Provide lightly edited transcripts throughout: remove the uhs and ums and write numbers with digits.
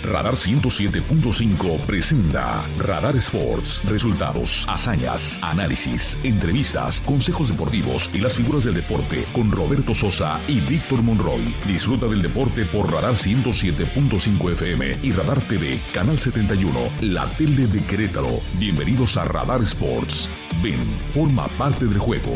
Radar 107.5 presenta Radar Sports. Resultados, hazañas, análisis, entrevistas, consejos deportivos y las figuras del deporte con Roberto Sosa y Víctor Monroy. Disfruta del deporte por Radar 107.5 FM y Radar TV, Canal 71, la tele de Querétaro. Bienvenidos a Radar Sports. Ven, forma parte del juego.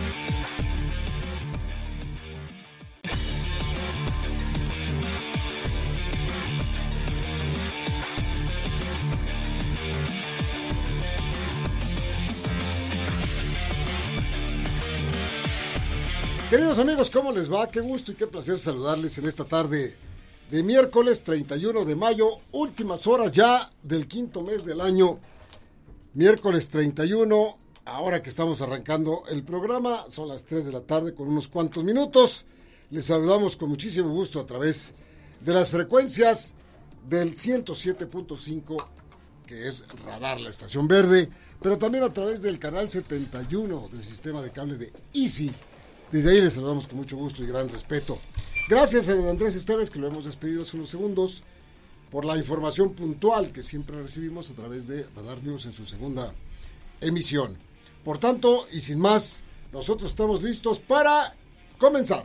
Queridos amigos, ¿cómo les va? Qué gusto y qué placer saludarles en esta tarde de miércoles 31 de mayo, últimas horas ya del quinto mes del año, miércoles 31, ahora que estamos arrancando el programa, son las 3 de la tarde con unos cuantos minutos. Les saludamos con muchísimo gusto a través de las frecuencias del 107.5, que es Radar, la estación verde, pero también a través del canal 71 del sistema de cable de Easy. Desde ahí les saludamos con mucho gusto y gran respeto. Gracias a don Andrés Esteves, que lo hemos despedido hace unos segundos, por la información puntual que siempre recibimos a través de Radar News en su segunda emisión. Por tanto, y sin más, nosotros estamos listos para comenzar.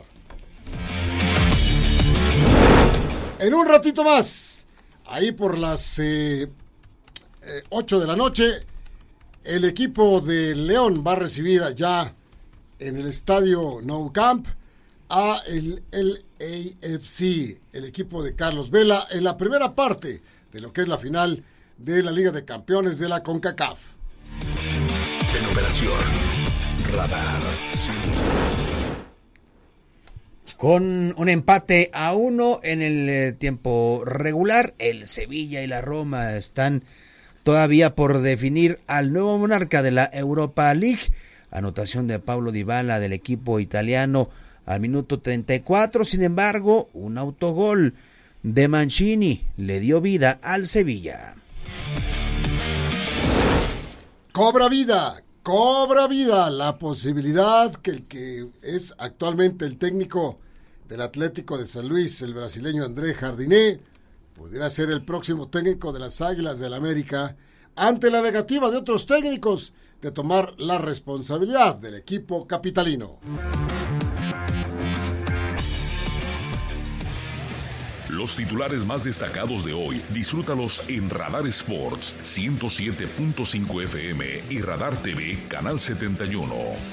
En un ratito más, ahí por las 8 de la noche, el equipo de León va a recibir allá en el estadio Nou Camp a el LAFC, el equipo de Carlos Vela, en la primera parte de lo que es la final de la Liga de Campeones de la CONCACAF. En operación Radar. Con un empate a 1 en el tiempo regular, el Sevilla y la Roma están todavía por definir al nuevo monarca de la Europa League. Anotación de Paulo Dybala del equipo italiano al minuto 34. Sin embargo, un autogol de Mancini le dio vida al Sevilla. Cobra vida la posibilidad que el que es actualmente el técnico del Atlético de San Luis, el brasileño André Jardiné, pudiera ser el próximo técnico de las Águilas del América, ante la negativa de otros técnicos de tomar la responsabilidad del equipo capitalino. Los titulares más destacados de hoy, disfrútalos en Radar Sports 107.5 FM y Radar TV, Canal 71.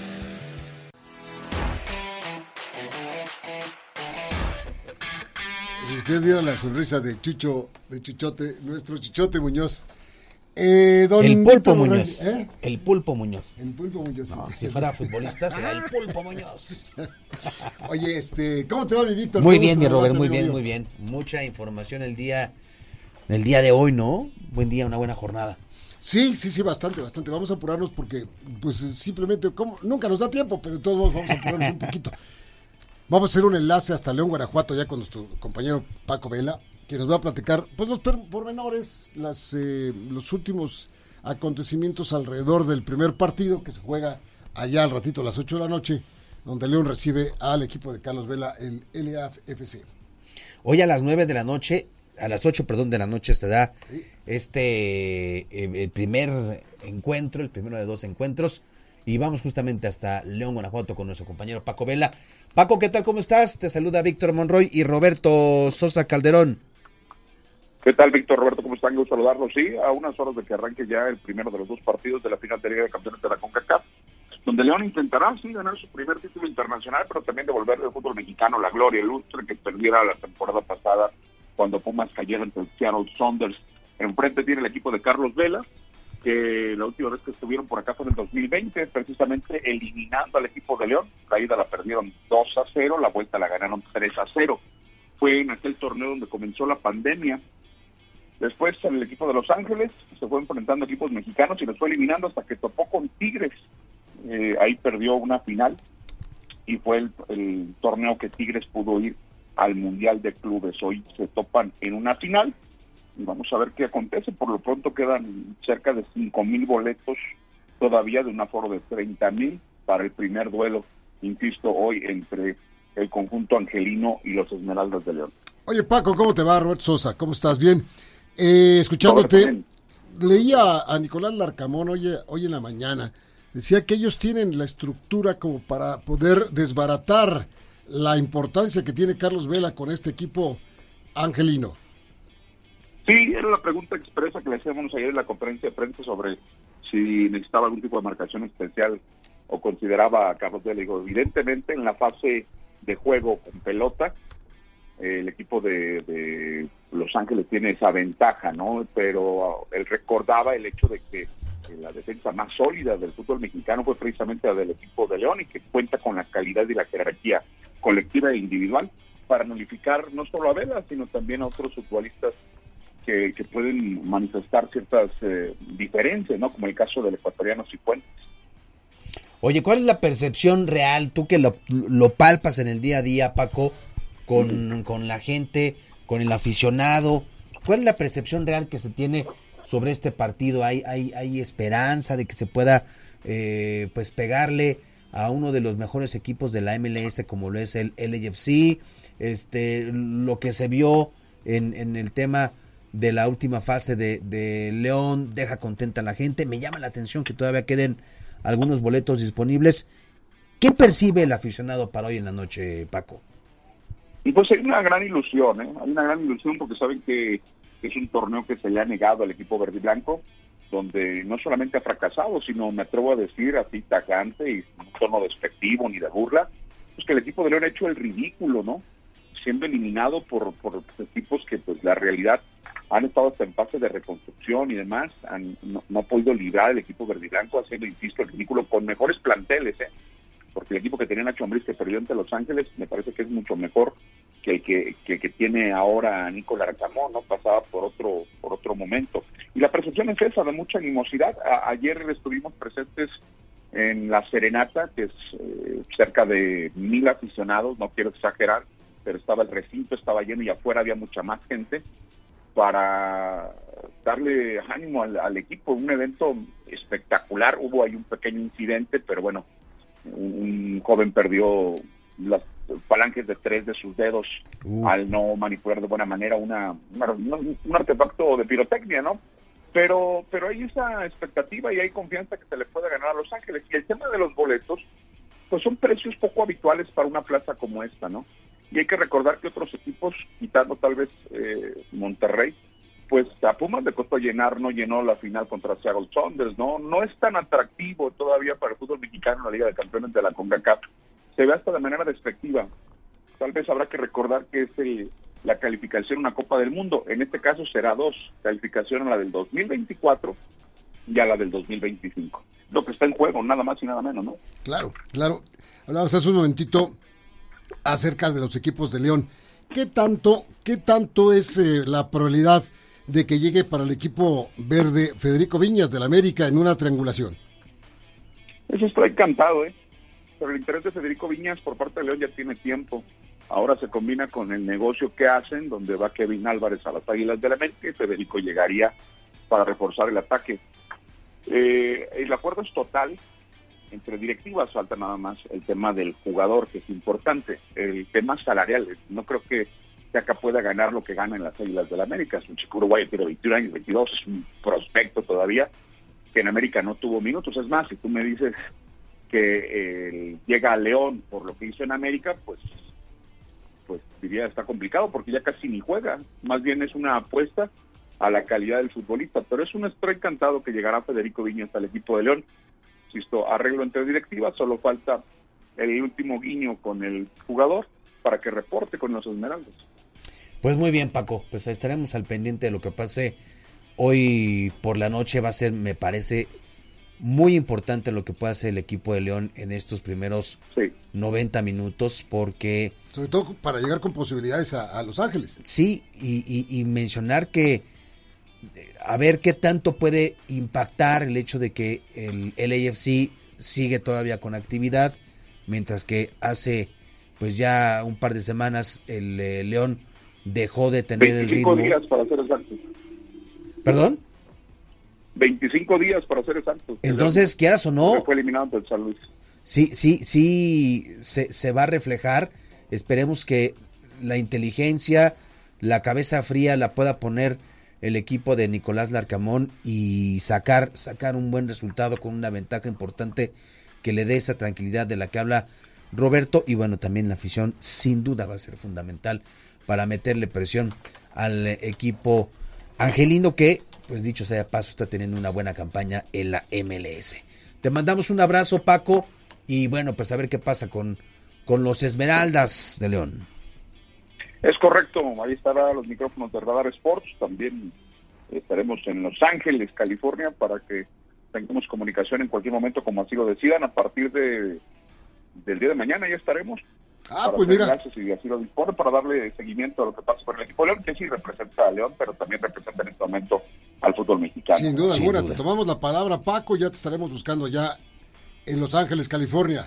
Si ustedes vieran la sonrisa de Chuchote, nuestro Chuchote Muñoz. El Pulpo Muñoz. El Pulpo Muñoz. El Pulpo Muñoz. No, si fuera futbolista, sería el Pulpo Muñoz. Oye, ¿cómo te va, mi Víctor? Muy bien, mi Robert, muy bien. Mucha información el día de hoy, ¿no? Buen día, una buena jornada. Sí, bastante. Vamos a apurarnos porque, pues, simplemente, nunca nos da tiempo, pero de todos modos vamos a apurarnos un poquito. Vamos a hacer un enlace hasta León, Guanajuato, ya con nuestro compañero Paco Vela, que nos va a platicar pues los pormenores, los últimos acontecimientos alrededor del primer partido que se juega allá al ratito a las 8 de la noche, donde León recibe al equipo de Carlos Vela, el LAFC. Hoy a las 9 de la noche, a las 8, de la noche se da el primer encuentro, el primero de 2 encuentros, y vamos justamente hasta León, Guanajuato con nuestro compañero Paco Vela. Paco, ¿qué tal? ¿Cómo estás? Te saluda Víctor Monroy y Roberto Sosa Calderón. ¿Qué tal, Víctor? Roberto, ¿cómo están? Gusto saludarlos. Sí, a unas horas de que arranque ya el primero de los 2 partidos de la final de Liga de Campeones de la CONCACAF, donde León intentará, sí, ganar su primer título internacional, pero también devolverle al fútbol mexicano la gloria, el lustre que perdiera la temporada pasada cuando Pumas cayeron ante el Seattle Sounders. Enfrente tiene el equipo de Carlos Vela, que la última vez que estuvieron por acá fue en el 2020, precisamente eliminando al equipo de León. La ida la perdieron 2-0, la vuelta la ganaron 3-0. Fue en aquel torneo donde comenzó la pandemia. Después el equipo de Los Ángeles se fue enfrentando a equipos mexicanos y los fue eliminando hasta que topó con Tigres. Ahí perdió una final y fue el torneo que Tigres pudo ir al Mundial de Clubes. Hoy se topan en una final y vamos a ver qué acontece. Por lo pronto quedan cerca de 5,000 boletos todavía de un aforo de 30,000 para el primer duelo, insisto, hoy entre el conjunto angelino y los Esmeraldas de León. Oye, Paco, ¿cómo te va? Roberto Sosa, ¿cómo estás? Bien. Escuchándote, leía a Nicolás Larcamón hoy en la mañana. Decía que ellos tienen la estructura como para poder desbaratar la importancia que tiene Carlos Vela con este equipo angelino. Sí, era la pregunta expresa que le hacíamos ayer en la conferencia de prensa sobre si necesitaba algún tipo de marcación especial o consideraba a Carlos Vela. Digo, evidentemente en la fase de juego con pelota, el equipo de Los Ángeles tiene esa ventaja, ¿no? Pero él recordaba el hecho de que la defensa más sólida del fútbol mexicano fue precisamente la del equipo de León y que cuenta con la calidad y la jerarquía colectiva e individual para nulificar no solo a Vela, sino también a otros futbolistas que pueden manifestar ciertas diferencias, ¿no? Como el caso del ecuatoriano Cifuentes. Oye, ¿cuál es la percepción real, tú que lo palpas en el día a día, Paco, con la gente, con el aficionado? ¿Cuál es la percepción real que se tiene sobre este partido? ¿Hay esperanza de que se pueda pues pegarle a uno de los mejores equipos de la MLS como lo es el LAFC? Lo que se vio en el tema de la última fase de León deja contenta a la gente. Me llama la atención que todavía queden algunos boletos disponibles. ¿Qué percibe el aficionado para hoy en la noche, Paco? Y pues hay una gran ilusión, hay una gran ilusión porque saben que es un torneo que se le ha negado al equipo verde y blanco, donde no solamente ha fracasado, sino me atrevo a decir así tajante y sin un tono despectivo ni de burla, pues que el equipo de León ha hecho el ridículo, ¿no? Siendo eliminado por equipos que pues la realidad han estado hasta en fase de reconstrucción y demás, no ha podido librar el equipo verde y blanco haciendo, insisto, el ridículo con mejores planteles, porque el equipo que tenía Nacho Ambriz que perdió ante Los Ángeles me parece que es mucho mejor que el que tiene ahora Nicolás Larcamón, ¿no? Pasaba por otro momento. Y la percepción es esa, de mucha animosidad. Ayer estuvimos presentes en la Serenata, que es cerca de 1,000 aficionados, no quiero exagerar, pero el recinto estaba lleno y afuera había mucha más gente para darle ánimo al equipo. Un evento espectacular. Hubo ahí un pequeño incidente, pero bueno, un joven perdió las falanges de 3 de sus dedos al no manipular de buena manera un artefacto de pirotecnia, ¿no? Pero hay esa expectativa y hay confianza que se le puede ganar a Los Ángeles. Y el tema de los boletos, pues son precios poco habituales para una plaza como esta, ¿no? Y hay que recordar que otros equipos, quitando tal vez Monterrey, pues a Pumas le costó llenar, no llenó la final contra Seattle Sounders, no es tan atractivo todavía para el fútbol mexicano en la Liga de Campeones de la CONCACAF. Se ve hasta de manera despectiva. Tal vez habrá que recordar que es la calificación a una Copa del Mundo. En este caso será 2, calificación a la del 2024 y a la del 2025. Lo que está en juego, nada más y nada menos, ¿no? Claro. Hablabas hace un momentito acerca de los equipos de León. ¿Qué tanto es la probabilidad de que llegue para el equipo verde Federico Viñas del América en una triangulación? Eso estoy encantado, pero el interés de Federico Viñas por parte de León ya tiene tiempo. Ahora se combina con el negocio que hacen, donde va Kevin Álvarez a las Águilas del América y Federico llegaría para reforzar el ataque. El acuerdo es total entre directivas, falta nada más el tema del jugador, que es importante. El tema salarial, no creo que acá pueda ganar lo que gana en las Águilas del América. Es un chico uruguayo, tiene 21 años, 22, es un prospecto todavía, que en América no tuvo minutos. Es más, si tú me dices que llega a León por lo que hizo en América, pues diría está complicado porque ya casi ni juega. Más bien es una apuesta a la calidad del futbolista, pero estoy encantado que llegará Federico Viñas al equipo de León. Insisto, arreglo entre directivas, solo falta el último guiño con el jugador para que reporte con los Esmeraldas. Pues muy bien, Paco, pues estaremos al pendiente de lo que pase hoy por la noche. Va a ser, me parece, muy importante lo que pueda hacer el equipo de León en estos primeros 90 minutos, porque... Sobre todo para llegar con posibilidades a Los Ángeles. Sí, y mencionar que a ver qué tanto puede impactar el hecho de que el LAFC sigue todavía con actividad, mientras que hace pues ya un par de semanas el León dejó de tener el ritmo. 25 días para ser exactos. ¿Perdón? 25 días para ser exactos. Entonces, quieras o no, fue eliminado por el San Luis. Sí, se va a reflejar. Esperemos que la inteligencia, la cabeza fría la pueda poner el equipo de Nicolás Larcamón y sacar un buen resultado con una ventaja importante que le dé esa tranquilidad de la que habla Roberto. Y bueno, también la afición sin duda va a ser fundamental para meterle presión al equipo angelino que, pues dicho sea de paso, está teniendo una buena campaña en la MLS. Te mandamos un abrazo, Paco, y bueno, pues a ver qué pasa con los Esmeraldas de León. Es correcto, ahí estarán los micrófonos de Radar Sports, también estaremos en Los Ángeles, California, para que tengamos comunicación en cualquier momento, como así lo decidan. A partir del día de mañana ya estaremos. Pues mira. Y así lo dispone, para darle seguimiento a lo que pasa con el equipo de León, que sí representa a León, pero también representa en este momento al fútbol mexicano. Sin duda alguna, te tomamos la palabra, Paco, ya te estaremos buscando ya en Los Ángeles, California.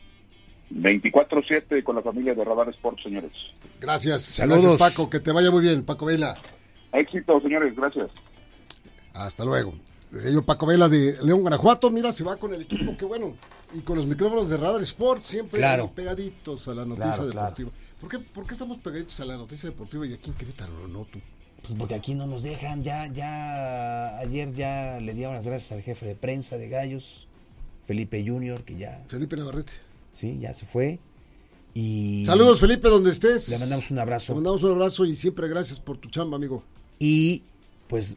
24/7 con la familia de Radar Sports, señores. Gracias. Saludos. Gracias, Paco, que te vaya muy bien, Paco Vela. Éxito, señores, gracias. Hasta luego. Decía yo, Paco Vela de León, Guanajuato, mira, se va con el equipo, qué bueno. Y con los micrófonos de Radar Sports, siempre pegaditos a la noticia deportiva. Claro. ¿Por qué estamos pegaditos a la noticia deportiva y aquí en Querétaro no tú? Pues porque aquí no nos dejan, ya ayer ya le dieron las gracias al jefe de prensa de Gallos, Felipe Junior, que ya... Felipe Navarrete. Sí, ya se fue. Y saludos, Felipe, donde estés. le mandamos un abrazo. Le mandamos un abrazo y siempre gracias por tu chamba, amigo. Y pues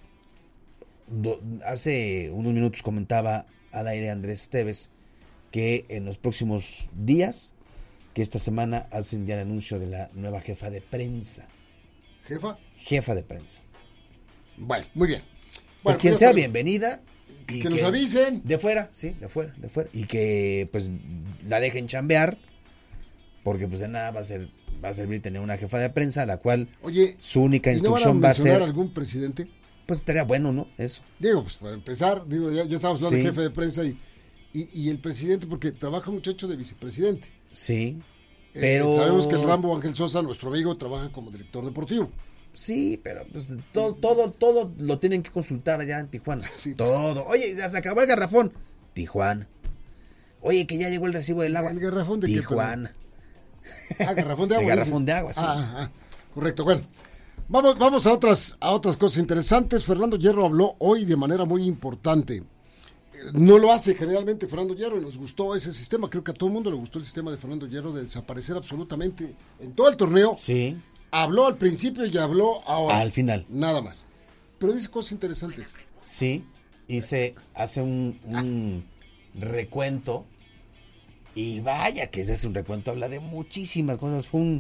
hace unos minutos comentaba al aire Andrés Esteves que en los próximos días, que esta semana hacen ya el anuncio de la nueva jefa de prensa. ¿Jefa? Jefa de prensa. Bueno, muy bien. Pues quien sea, bienvenida. Y que nos avisen. De fuera, sí, de fuera. Y que pues la dejen chambear, porque pues de nada va a servir tener una jefa de prensa, a la cual su única instrucción va a ser... algún presidente? Pues estaría bueno, ¿no? Eso. Digo, pues para empezar, ya estamos hablando de jefe de prensa y el presidente, porque trabaja muchacho de vicepresidente. Sí, pero... sabemos que el Rambo Ángel Sosa, nuestro amigo, trabaja como director deportivo. Sí, pero pues, todo lo tienen que consultar allá en Tijuana. Sí. Todo. Oye, ya se acabó el garrafón. Tijuana. Oye, que ya llegó el recibo del agua. ¿El garrafón de Tijuana. Garrafón de agua. El garrafón de agua, sí. Correcto. Bueno, vamos a otras cosas interesantes. Fernando Hierro habló hoy de manera muy importante. No lo hace generalmente Fernando Hierro y nos gustó ese sistema. Creo que a todo el mundo le gustó el sistema de Fernando Hierro de desaparecer absolutamente en todo el torneo. Sí. Habló al principio y habló ahora. Al final. Nada más. Pero dice cosas interesantes. Sí, hace un recuento. Y vaya que se hace un recuento. Habla de muchísimas cosas. Fue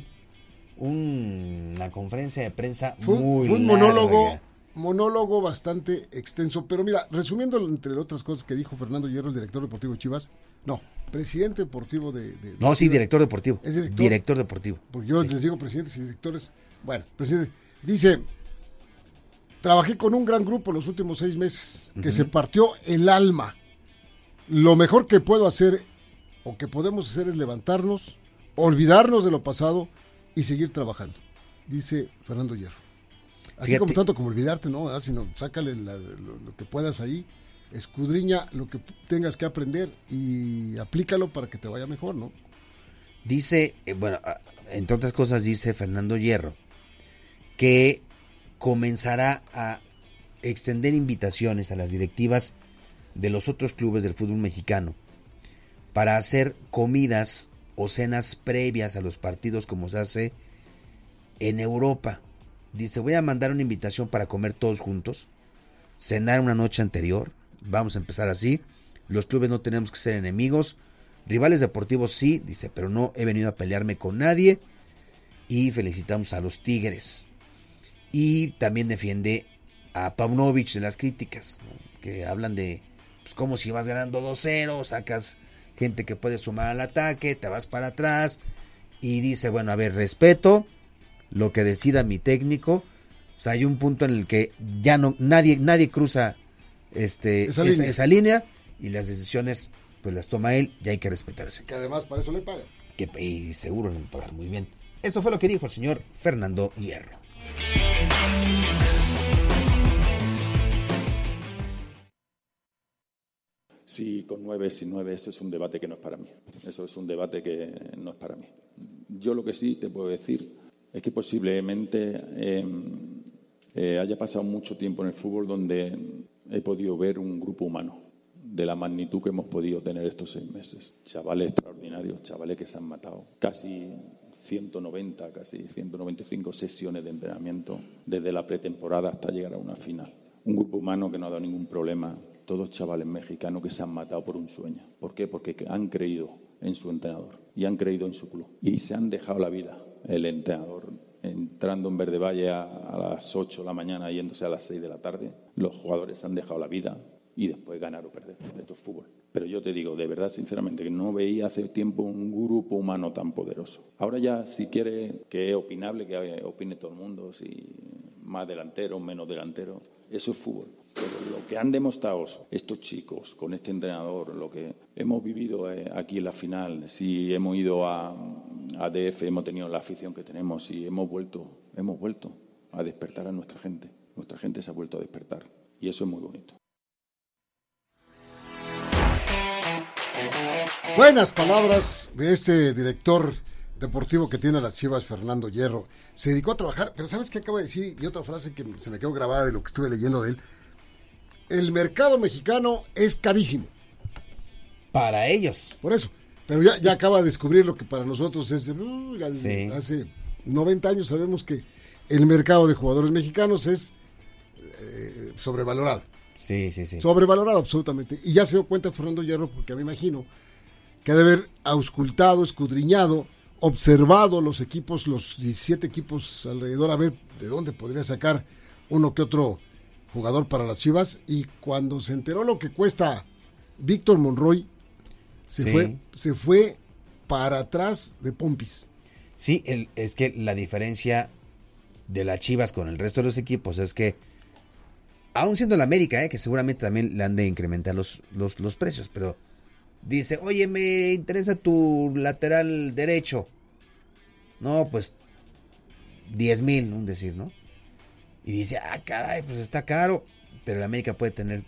una conferencia de prensa muy fue un larga. monólogo bastante extenso. Pero mira, resumiendo entre otras cosas que dijo Fernando Hierro, el director deportivo de Chivas. No, presidente deportivo de no, sí, director deportivo. ¿Es director? Director deportivo. Porque yo les digo presidentes y directores. Bueno, presidente. Dice, trabajé con un gran grupo los últimos 6 meses, que se partió el alma. Lo mejor que puedo hacer, o que podemos hacer, es levantarnos, olvidarnos de lo pasado y seguir trabajando. Dice Fernando Hierro. Así Fíjate. Como tanto como olvidarte, ¿no? Sino sácale lo que puedas ahí. Escudriña lo que tengas que aprender y aplícalo para que te vaya mejor, ¿no? Dice, entre otras cosas dice Fernando Hierro, que comenzará a extender invitaciones a las directivas de los otros clubes del fútbol mexicano para hacer comidas o cenas previas a los partidos como se hace en Europa. Dice, voy a mandar una invitación para comer todos juntos, cenar una noche anterior. Vamos a empezar así. Los clubes no tenemos que ser enemigos. Rivales deportivos sí, dice, pero no he venido a pelearme con nadie. Y felicitamos a los Tigres. Y también defiende a Paunovic de las críticas, ¿no? Que hablan de, pues, como si vas ganando 2-0, sacas gente que puede sumar al ataque, te vas para atrás. Y dice, bueno, a ver, respeto lo que decida mi técnico. O sea, hay un punto en el que ya no nadie cruza esa línea y las decisiones pues las toma él y hay que respetarse. Que además para eso le pagan. Y seguro le van a pagar muy bien. Esto fue lo que dijo el señor Fernando Hierro. Sí, con 9, sin 9, eso es un debate que no es para mí. Eso es un debate que no es para mí. Yo lo que sí te puedo decir Es que posiblemente haya pasado mucho tiempo en el fútbol donde he podido ver un grupo humano de la magnitud que hemos podido tener estos 6 meses. Chavales extraordinarios, chavales que se han matado. Casi 190, casi 195 sesiones de entrenamiento desde la pretemporada hasta llegar a una final. Un grupo humano que no ha dado ningún problema. Todos chavales mexicanos que se han matado por un sueño. ¿Por qué? Porque han creído en su entrenador y han creído en su club. Y se han dejado la vida. El entrenador entrando en Verde Valle a las 8 de la mañana, yéndose a las 6 de la tarde. Los jugadores han dejado la vida y después ganar o perder. Esto es fútbol. Pero yo te digo, de verdad, sinceramente, que no veía hace tiempo un grupo humano tan poderoso. Ahora ya, si quiere, que es opinable, que opine todo el mundo, si más delantero, menos delantero, eso es fútbol. Pero lo que han demostrado estos chicos con este entrenador, lo que hemos vivido aquí en la final, si hemos ido a DF, hemos tenido la afición que tenemos y hemos vuelto a despertar a nuestra gente. Nuestra gente se ha vuelto a despertar y eso es muy bonito. Buenas palabras de este director deportivo que tiene a las Chivas, Fernando Hierro. Se dedicó a trabajar, pero ¿sabes qué acaba de decir? Y otra frase que se me quedó grabada de lo que estuve leyendo de él. El mercado mexicano es carísimo. Para ellos. Por eso. Pero ya acaba de descubrir lo que para nosotros es... Sí. Hace 90 años sabemos que el mercado de jugadores mexicanos es sobrevalorado. Sí. Sobrevalorado absolutamente. Y ya se dio cuenta Fernando Hierro, porque me imagino que ha de haber auscultado, escudriñado, observado los equipos, los 17 equipos alrededor, a ver de dónde podría sacar uno que otro jugador para las Chivas. Y cuando se enteró lo que cuesta Víctor Monroy, se fue para atrás de pompis. Sí, es que la diferencia de las Chivas con el resto de los equipos es que, aún siendo el América, que seguramente también le han de incrementar los precios, pero dice, oye, me interesa tu lateral derecho. No, pues 10,000, un decir, ¿no? Y dice, caray, pues está caro. Pero el América puede tener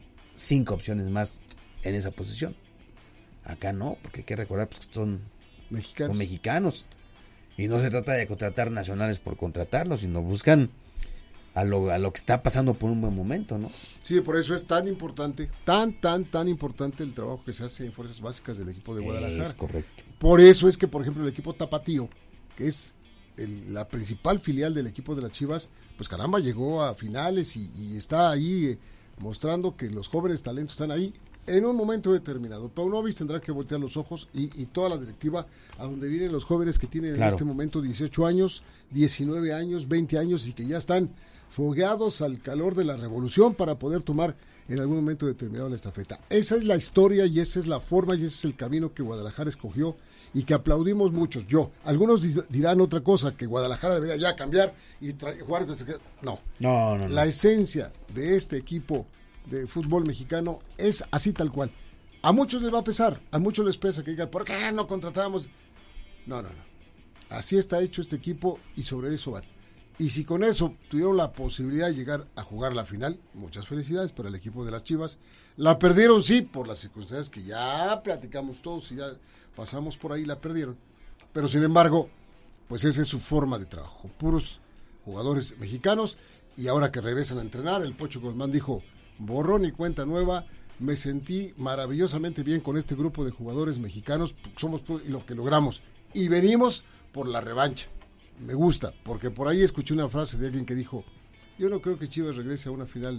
5 opciones más en esa posición. Acá no, porque hay que recordar pues, que son mexicanos. Y no se trata de contratar nacionales por contratarlos, sino buscan a lo que está pasando por un buen momento, ¿no? Sí, por eso es tan importante, tan importante el trabajo que se hace en Fuerzas Básicas del equipo de Guadalajara. Es correcto. Por eso es que, por ejemplo, el equipo Tapatío, que es la principal filial del equipo de las Chivas, pues caramba, llegó a finales y está ahí mostrando que los jóvenes talentos están ahí en un momento determinado. Paunovic tendrá que voltear los ojos y toda la directiva a donde vienen los jóvenes que tienen en este momento 18 años, 19 años, 20 años y que ya están fogueados al calor de la revolución para poder tomar en algún momento determinado la estafeta. Esa es la historia y esa es la forma y ese es el camino que Guadalajara escogió y que aplaudimos muchos. Algunos dirán otra cosa, que Guadalajara debería ya cambiar y jugar. No. La esencia de este equipo de fútbol mexicano es así tal cual. A muchos les va a pesar, a muchos les pesa que digan, ¿por qué no contratamos? No. Así está hecho este equipo y sobre eso van. Y si con eso tuvieron la posibilidad de llegar a jugar la final, muchas felicidades para el equipo de las Chivas. La perdieron, sí, por las circunstancias que ya platicamos todos y ya pasamos por ahí, la perdieron. Pero sin embargo, pues esa es su forma de trabajo. Puros jugadores mexicanos y ahora que regresan a entrenar, el Pocho Guzmán dijo, borrón y cuenta nueva, me sentí maravillosamente bien con este grupo de jugadores mexicanos, somos lo que logramos y venimos por la revancha. Me gusta, porque por ahí escuché una frase de alguien que dijo, yo no creo que Chivas regrese a una final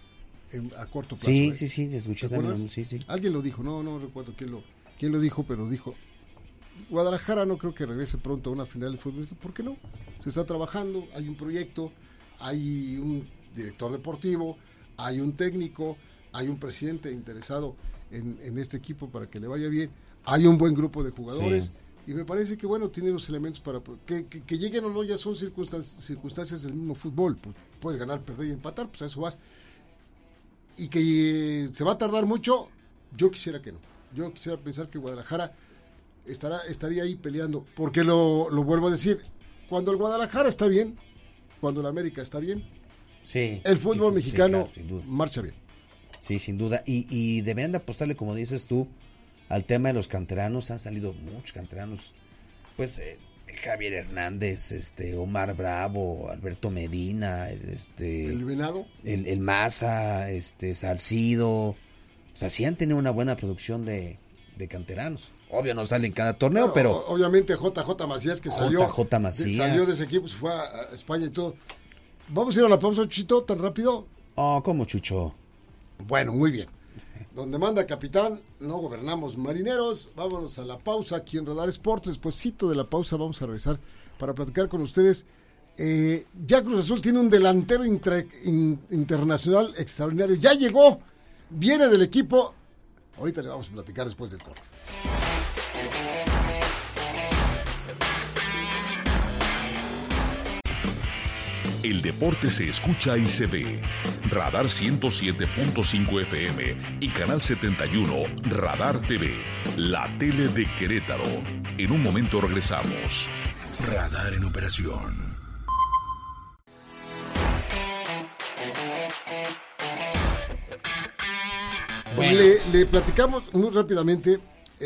a corto plazo. Sí, escuché también. Sí. Alguien lo dijo, no recuerdo quién lo dijo, pero dijo, Guadalajara no creo que regrese pronto a una final de fútbol. ¿Por qué no? Se está trabajando, hay un proyecto, hay un director deportivo, hay un técnico, hay un presidente interesado en este equipo para que le vaya bien, hay un buen grupo de jugadores. Sí. Y me parece que, bueno, tiene los elementos para que lleguen o no, ya son circunstancias del mismo fútbol. Pues puedes ganar, perder y empatar, pues a eso vas. Y que se va a tardar mucho, yo quisiera que no. Yo quisiera pensar que Guadalajara estaría ahí peleando. Porque lo vuelvo a decir, cuando el Guadalajara está bien, cuando el América está bien, el fútbol mexicano marcha bien. Sí, sin duda. Y deberían de apostarle, como dices tú, al tema de los canteranos. Han salido muchos canteranos, pues Javier Hernández, Omar Bravo, Alberto Medina, el Venado, el Maza, Salcido. O sea, sí han tenido una buena producción de canteranos. Obvio no salen cada torneo, pero obviamente JJ Macías que salió Macías de ese equipo, se fue a España y todo. Vamos a ir a la pausa, Chuchito, tan rápido. ¿Cómo, Chucho? Bueno, muy bien. Donde manda capitán, no gobernamos marineros. Vámonos a la pausa aquí en Radar Sports. Despuésito de la pausa vamos a regresar para platicar con ustedes. Ya Cruz Azul tiene un delantero internacional extraordinario. Ya llegó, viene del equipo. Ahorita le vamos a platicar después del corte. El deporte se escucha y se ve. Radar 107.5 FM y Canal 71 Radar TV, la tele de Querétaro. En un momento regresamos. Radar en operación. Bueno. Le platicamos muy rápidamente.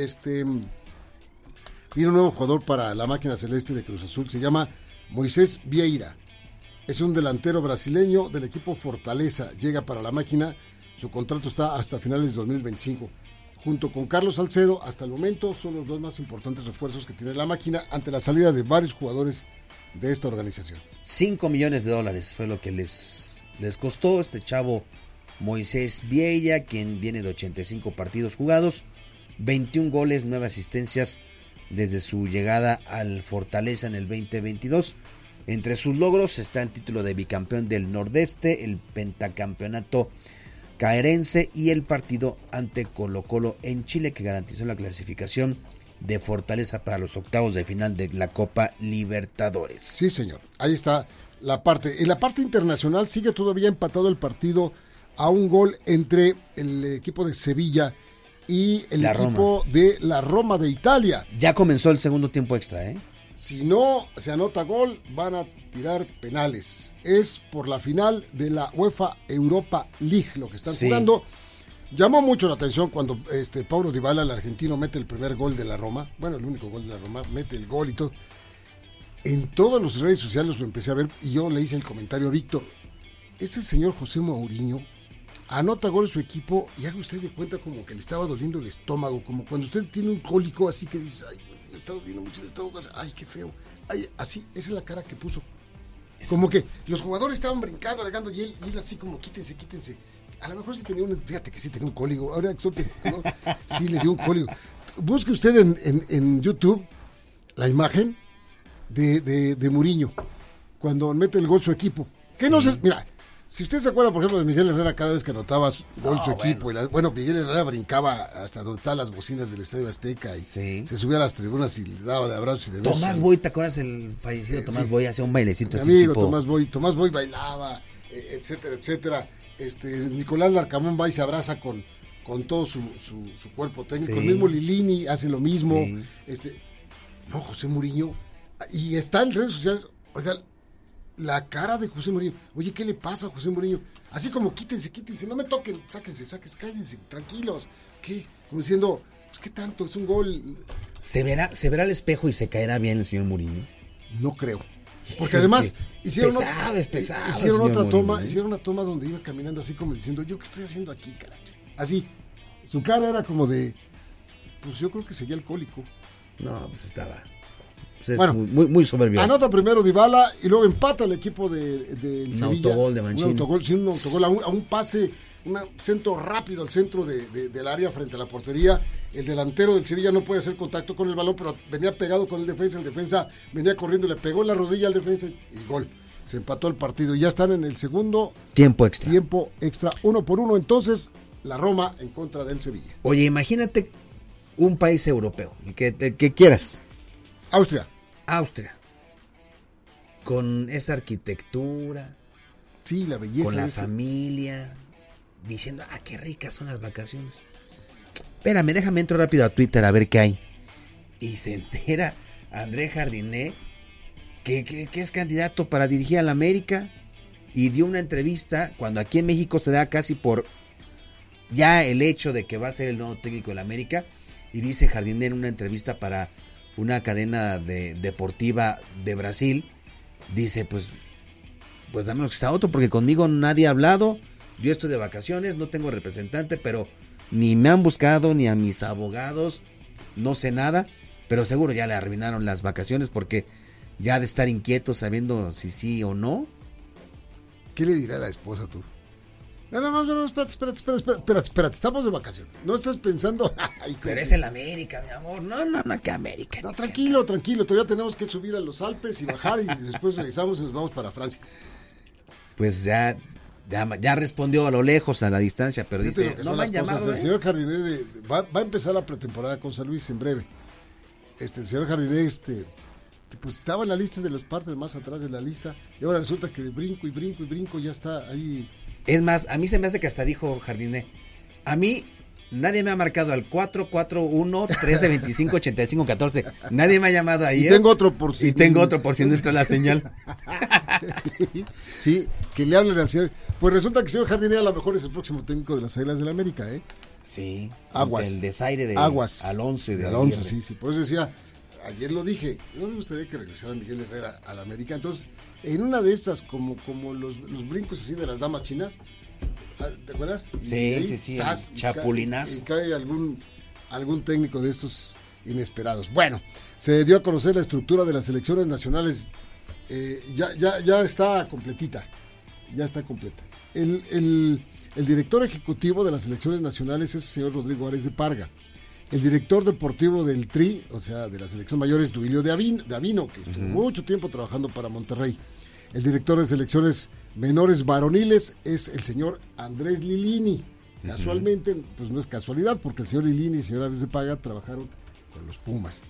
Viene un nuevo jugador para la máquina celeste de Cruz Azul. Se llama Moisés Vieira. Es un delantero brasileño del equipo Fortaleza. Llega para la máquina. Su contrato está hasta finales de 2025. Junto con Carlos Salcedo, hasta el momento son los dos más importantes refuerzos que tiene la máquina ante la salida de varios jugadores de esta organización. $5 millones fue lo que les costó este chavo Moisés Vieira, quien viene de 85 partidos jugados, 21 goles, 9 asistencias desde su llegada al Fortaleza en el 2022. Entre sus logros está el título de bicampeón del Nordeste, el pentacampeonato caerense y el partido ante Colo-Colo en Chile, que garantizó la clasificación de Fortaleza para los octavos de final de la Copa Libertadores. Sí, señor. Ahí está la parte. En la parte internacional sigue todavía empatado el partido a un gol entre el equipo de Sevilla y el equipo de la Roma de Italia. Ya comenzó el segundo tiempo extra, Si no se anota gol, van a tirar penales. Es por la final de la UEFA Europa League lo que están jugando. Llamó mucho la atención cuando Paulo Dybala, el argentino, mete el primer gol de la Roma. Bueno, el único gol de la Roma, mete el gol y todo. En todas las redes sociales lo empecé a ver y yo le hice el comentario a Víctor. Ese señor José Mourinho anota gol en su equipo y haga usted de cuenta como que le estaba doliendo el estómago, como cuando usted tiene un cólico así que dice, ay, me está doliendo mucho el estómago, ay, qué feo. Ay, así, esa es la cara que puso. Como que los jugadores estaban brincando, alegando, y él así como, quítense. A lo mejor sí tenía fíjate que sí tenía un cólico, ahora ¿no? Sí le dio un cólico. Busque usted en YouTube la imagen de Mourinho, cuando mete el gol su equipo. ¿Qué no sé? Mira, si usted se acuerda, por ejemplo, de Miguel Herrera, cada vez que anotaba gol su equipo, Miguel Herrera brincaba hasta donde están las bocinas del Estadio Azteca y se subía a las tribunas y le daba de abrazos y de besos. Tomás Boy, ¿te acuerdas el fallecido Tomás Boy? Hacía un bailecito mi así. Amigo tipo... Tomás Boy bailaba, etcétera. Nicolás Larcamón va y se abraza con todo su cuerpo técnico. El mismo Lilini hace lo mismo. José Mourinho. Y está en redes sociales, oiga, la cara de José Mourinho. Oye, ¿qué le pasa a José Mourinho? Así como quítense, no me toquen, sáquense, cállense, tranquilos. ¿Qué? Como diciendo, pues qué tanto, es un gol. ¿Se verá al espejo y se caerá bien el señor Mourinho? No creo. Porque además hicieron otra una toma donde iba caminando así como diciendo, ¿yo qué estoy haciendo aquí, carajo? Así, su cara era como de, pues yo creo que seguía alcohólico. No, pues estaba... Pues es muy soberbio. Anota primero Dybala y luego empata el equipo del Sevilla. Autogol de Mancini. Un autogol a un pase, un centro rápido al centro del área frente a la portería. El delantero del Sevilla no puede hacer contacto con el balón, pero venía pegado con el defensa venía corriendo, le pegó en la rodilla al defensa y gol. Se empató el partido y ya están en el segundo tiempo extra, 1-1. Entonces, la Roma en contra del Sevilla. Oye, imagínate un país europeo, el que quieras. Austria. Con esa arquitectura. Sí, la belleza. Con la familia. Diciendo, qué ricas son las vacaciones. Espérame, déjame entro rápido a Twitter a ver qué hay. Y se entera André Jardiné que es candidato para dirigir a la América. Y dio una entrevista cuando aquí en México se da casi por ya el hecho de que va a ser el nuevo técnico de la América. Y dice Jardiné en una entrevista para una cadena deportiva de Brasil, dice, pues dame que está otro, porque conmigo nadie ha hablado, yo estoy de vacaciones, no tengo representante, pero ni me han buscado, ni a mis abogados, no sé nada, pero seguro ya le arruinaron las vacaciones, porque ya ha de estar inquieto sabiendo si sí o no. ¿Qué le dirá a la esposa tú? No, espérate, estamos de vacaciones. No estás pensando... Pero es en América, mi amor. No, que América. No, tranquilo, todavía tenemos que subir a los Alpes y bajar y después regresamos y nos vamos para Francia. Pues ya respondió a lo lejos, a la distancia, pero dice, no me han llamado. El señor Jardiné va a empezar la pretemporada con San Luis en breve. El señor Jardiné, pues estaba en la lista de las partes más atrás de la lista y ahora resulta que brinco ya está ahí. Es más, a mí se me hace que hasta dijo Jardiné, a mí nadie me ha marcado al 441-1325-8514, nadie me ha llamado ahí. Y tengo otro por si no entra la señal. Sí, que le hablen al señor. Pues resulta que el señor Jardiné a lo mejor es el próximo técnico de las Águilas del la América, ¿eh? Sí. Aguas. El desaire de Aguas. Alonso y de Alonso, sí. Por eso decía, ayer lo dije, no me gustaría que regresara Miguel Herrera a la América. Entonces, en una de estas, como los brincos así de las damas chinas, ¿te acuerdas? Sí, ¡zas! Chapulinazo. Y cae algún técnico de estos inesperados. Bueno, se dio a conocer la estructura de las selecciones nacionales. Ya está completita. Ya está completa. El director ejecutivo de las selecciones nacionales es el señor Rodrigo Ares de Parga. El director deportivo del TRI, o sea, de la selección mayor, es Duilio de Avino, que estuvo mucho tiempo trabajando para Monterrey. El director de selecciones menores varoniles es el señor Andrés Lilini. Casualmente, pues no es casualidad, porque el señor Lilini y el señor Ares de Parga trabajaron con los Pumas.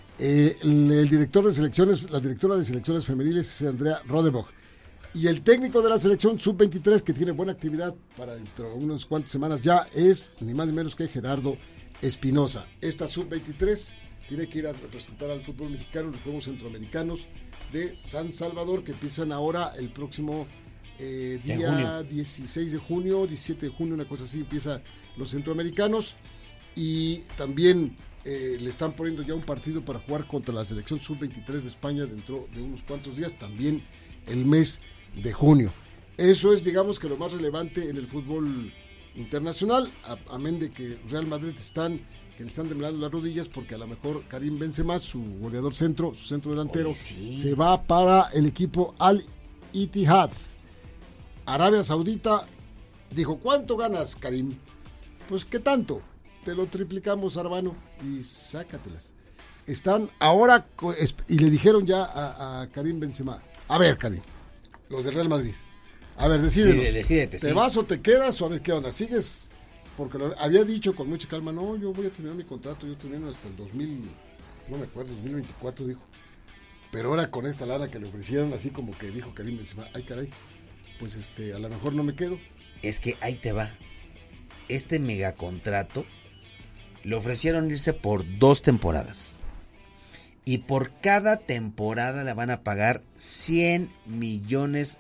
El director de selecciones, la directora de selecciones femeniles es Andrea Rodebock. Y el técnico de la selección sub-23, que tiene buena actividad para dentro de unas cuantas semanas ya, es ni más ni menos que Gerardo Espinosa. Esta sub-23 tiene que ir a representar al fútbol mexicano en los Juegos Centroamericanos de San Salvador, que empiezan ahora el próximo día 16 de junio, 17 de junio, una cosa así, empieza los centroamericanos. Y también le están poniendo ya un partido para jugar contra la selección sub-23 de España dentro de unos cuantos días, también el mes de junio. Eso es, digamos, que lo más relevante en el fútbol internacional, amén de que Real Madrid le están temblando las rodillas porque a lo mejor Karim Benzema, su goleador centro delantero, se va para el equipo Al Ittihad. Arabia Saudita dijo, ¿cuánto ganas, Karim? Pues, ¿qué tanto? Te lo triplicamos, hermano, y sácatelas. Están ahora, y le dijeron ya a Karim Benzema, a ver, Karim, los de Real Madrid, a ver, decídete. ¿Te vas o te quedas o a ver qué onda? ¿Sigues? Porque lo había dicho con mucha calma, no, yo voy a terminar mi contrato, yo termino hasta el 2024, dijo. Pero ahora con esta lana que le ofrecieron, así como que dijo Karim Benzema, ay caray, pues a lo mejor no me quedo. Es que ahí te va. Este megacontrato le ofrecieron irse por 2 temporadas. Y por cada temporada le van a pagar $100 millones.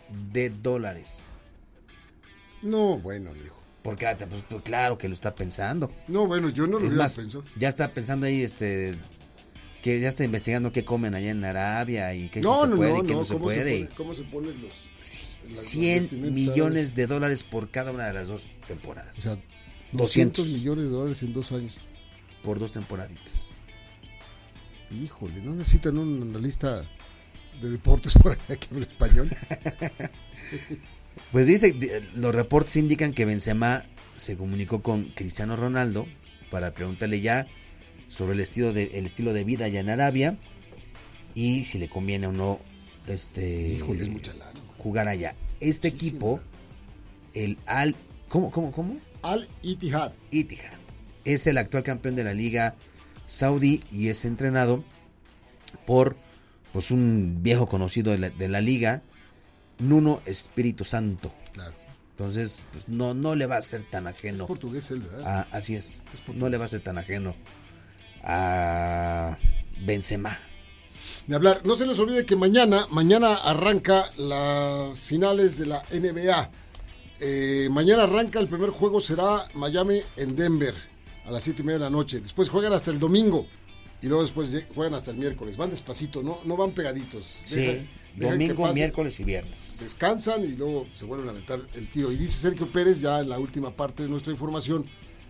No, bueno, dijo. Por cada temporada, pues claro que lo está pensando. No, bueno, yo no lo hubiera pensado. Ya está pensando ahí, que ya está investigando qué comen allá en Arabia y qué se puede y qué no se puede. ¿Cómo se ponen los... $100 millones por cada una de las 2 temporadas. O sea, 200 millones de dólares en 2 años. Por 2 temporaditas. Híjole, ¿no necesitan un analista de deportes por allá que hable español? Pues dice, los reportes indican que Benzema se comunicó con Cristiano Ronaldo para preguntarle ya sobre el estilo de vida allá en Arabia y si le conviene o no Híjole, es mucha lana. Jugar allá. Este equipo, el ¿Cómo? Al Ittihad. Es el actual campeón de la Liga Saudí y es entrenado por pues un viejo conocido de la liga, Nuno Espíritu Santo. Claro. Entonces, pues no le va a ser tan ajeno. Es portugués él, ¿verdad? Así es. No le va a ser tan ajeno a Benzema. De hablar, no se les olvide que mañana arranca las finales de la NBA. Mañana arranca, el primer juego será Miami en Denver a las 7:30 de la noche. Después juegan hasta el domingo y luego después juegan hasta el miércoles. Van despacito, no van pegaditos. Sí, domingo, miércoles y viernes. Descansan y luego se vuelven a aventar el tiro. Y dice Sergio Pérez, ya en la última parte de nuestra información,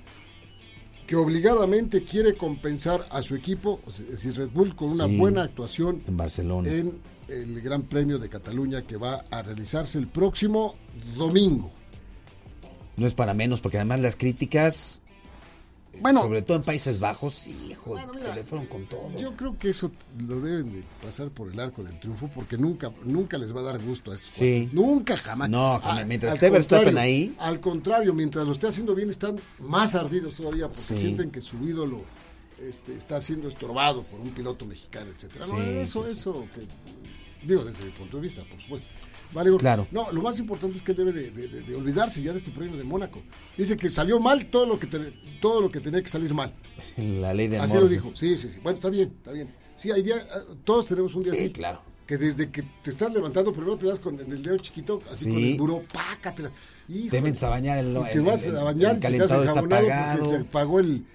que obligadamente quiere compensar a su equipo, es decir, Red Bull, con una buena actuación en Barcelona, en el Gran Premio de Cataluña, que va a realizarse el próximo domingo. No es para menos, porque además las críticas, sobre todo en Países Bajos, se le fueron con todo. Yo creo que eso lo deben de pasar por el arco del triunfo, porque nunca les va a dar gusto a estos cuates. Nunca, jamás. No, mientras esté Verstappen ahí. Al contrario, mientras lo esté haciendo bien, están más ardidos todavía, porque sienten que su ídolo está siendo estorbado por un piloto mexicano, etcétera. Eso que digo desde mi punto de vista, por supuesto. Vale, claro. No, lo más importante es que él debe de olvidarse ya de este premio de Mónaco. Dice que salió mal todo lo que tenía que salir mal. La ley del así lo dijo. Sí. Bueno, está bien. Sí, hay día, todos tenemos un día así. Claro. Que desde que te estás levantando, primero te das con el dedo chiquito, así con el buró, pácatela. Te metes a bañar el calentador está apagado. Se apagó el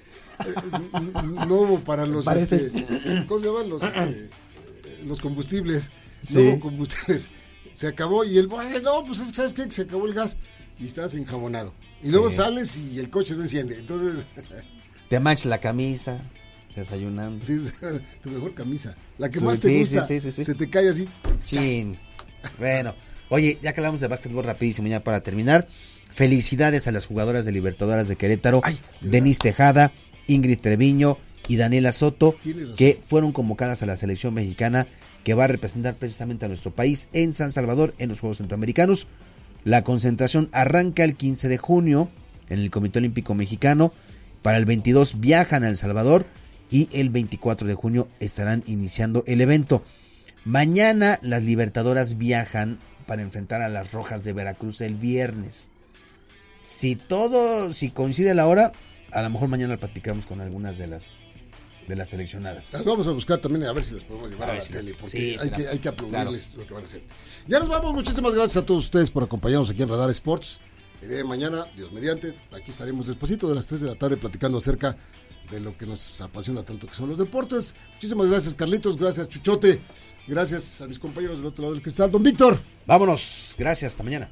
no hubo para los ¿cómo se llaman? Los combustibles. No hubo combustibles. Se acabó y pues ¿sabes qué? Se acabó el gas y estás enjabonado. Y luego sales y el coche no enciende. Entonces te manchas la camisa desayunando. Sí, tu mejor camisa. La que más te gusta. Sí. Se te cae así. Chin. Bueno, oye, ya que hablamos de básquetbol rapidísimo ya para terminar. Felicidades a las jugadoras de Libertadoras de Querétaro, Denise Tejada, Ingrid Treviño y Daniela Soto, que fueron convocadas a la selección mexicana que va a representar precisamente a nuestro país en San Salvador en los Juegos Centroamericanos. La concentración arranca el 15 de junio en el Comité Olímpico Mexicano. Para el 22 viajan a El Salvador y el 24 de junio estarán iniciando el evento. Mañana las Libertadoras viajan para enfrentar a las Rojas de Veracruz el viernes. Si coincide la hora, a lo mejor mañana platicamos con algunas de las seleccionadas. Las vamos a buscar también a ver si las podemos llevar a la tele, porque hay que aplaudirles lo que van a hacer. Ya nos vamos, muchísimas gracias a todos ustedes por acompañarnos aquí en Radar Sports. El día de mañana, Dios mediante, aquí estaremos despacito de las 3 de la tarde platicando acerca de lo que nos apasiona tanto, que son los deportes. Muchísimas gracias, Carlitos, gracias, Chuchote, gracias a mis compañeros del otro lado del cristal. Don Víctor. Vámonos, gracias, hasta mañana.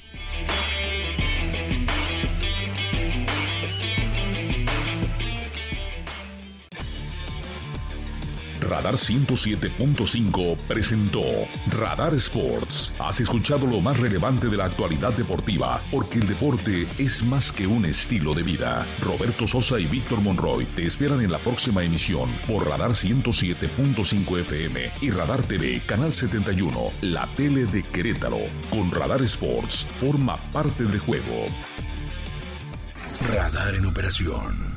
Radar 107.5 presentó Radar Sports. Has escuchado lo más relevante de la actualidad deportiva, porque el deporte es más que un estilo de vida. Roberto Sosa y Víctor Monroy te esperan en la próxima emisión por Radar 107.5 FM y Radar TV, Canal 71, la tele de Querétaro. Con Radar Sports, forma parte del juego. Radar en operación.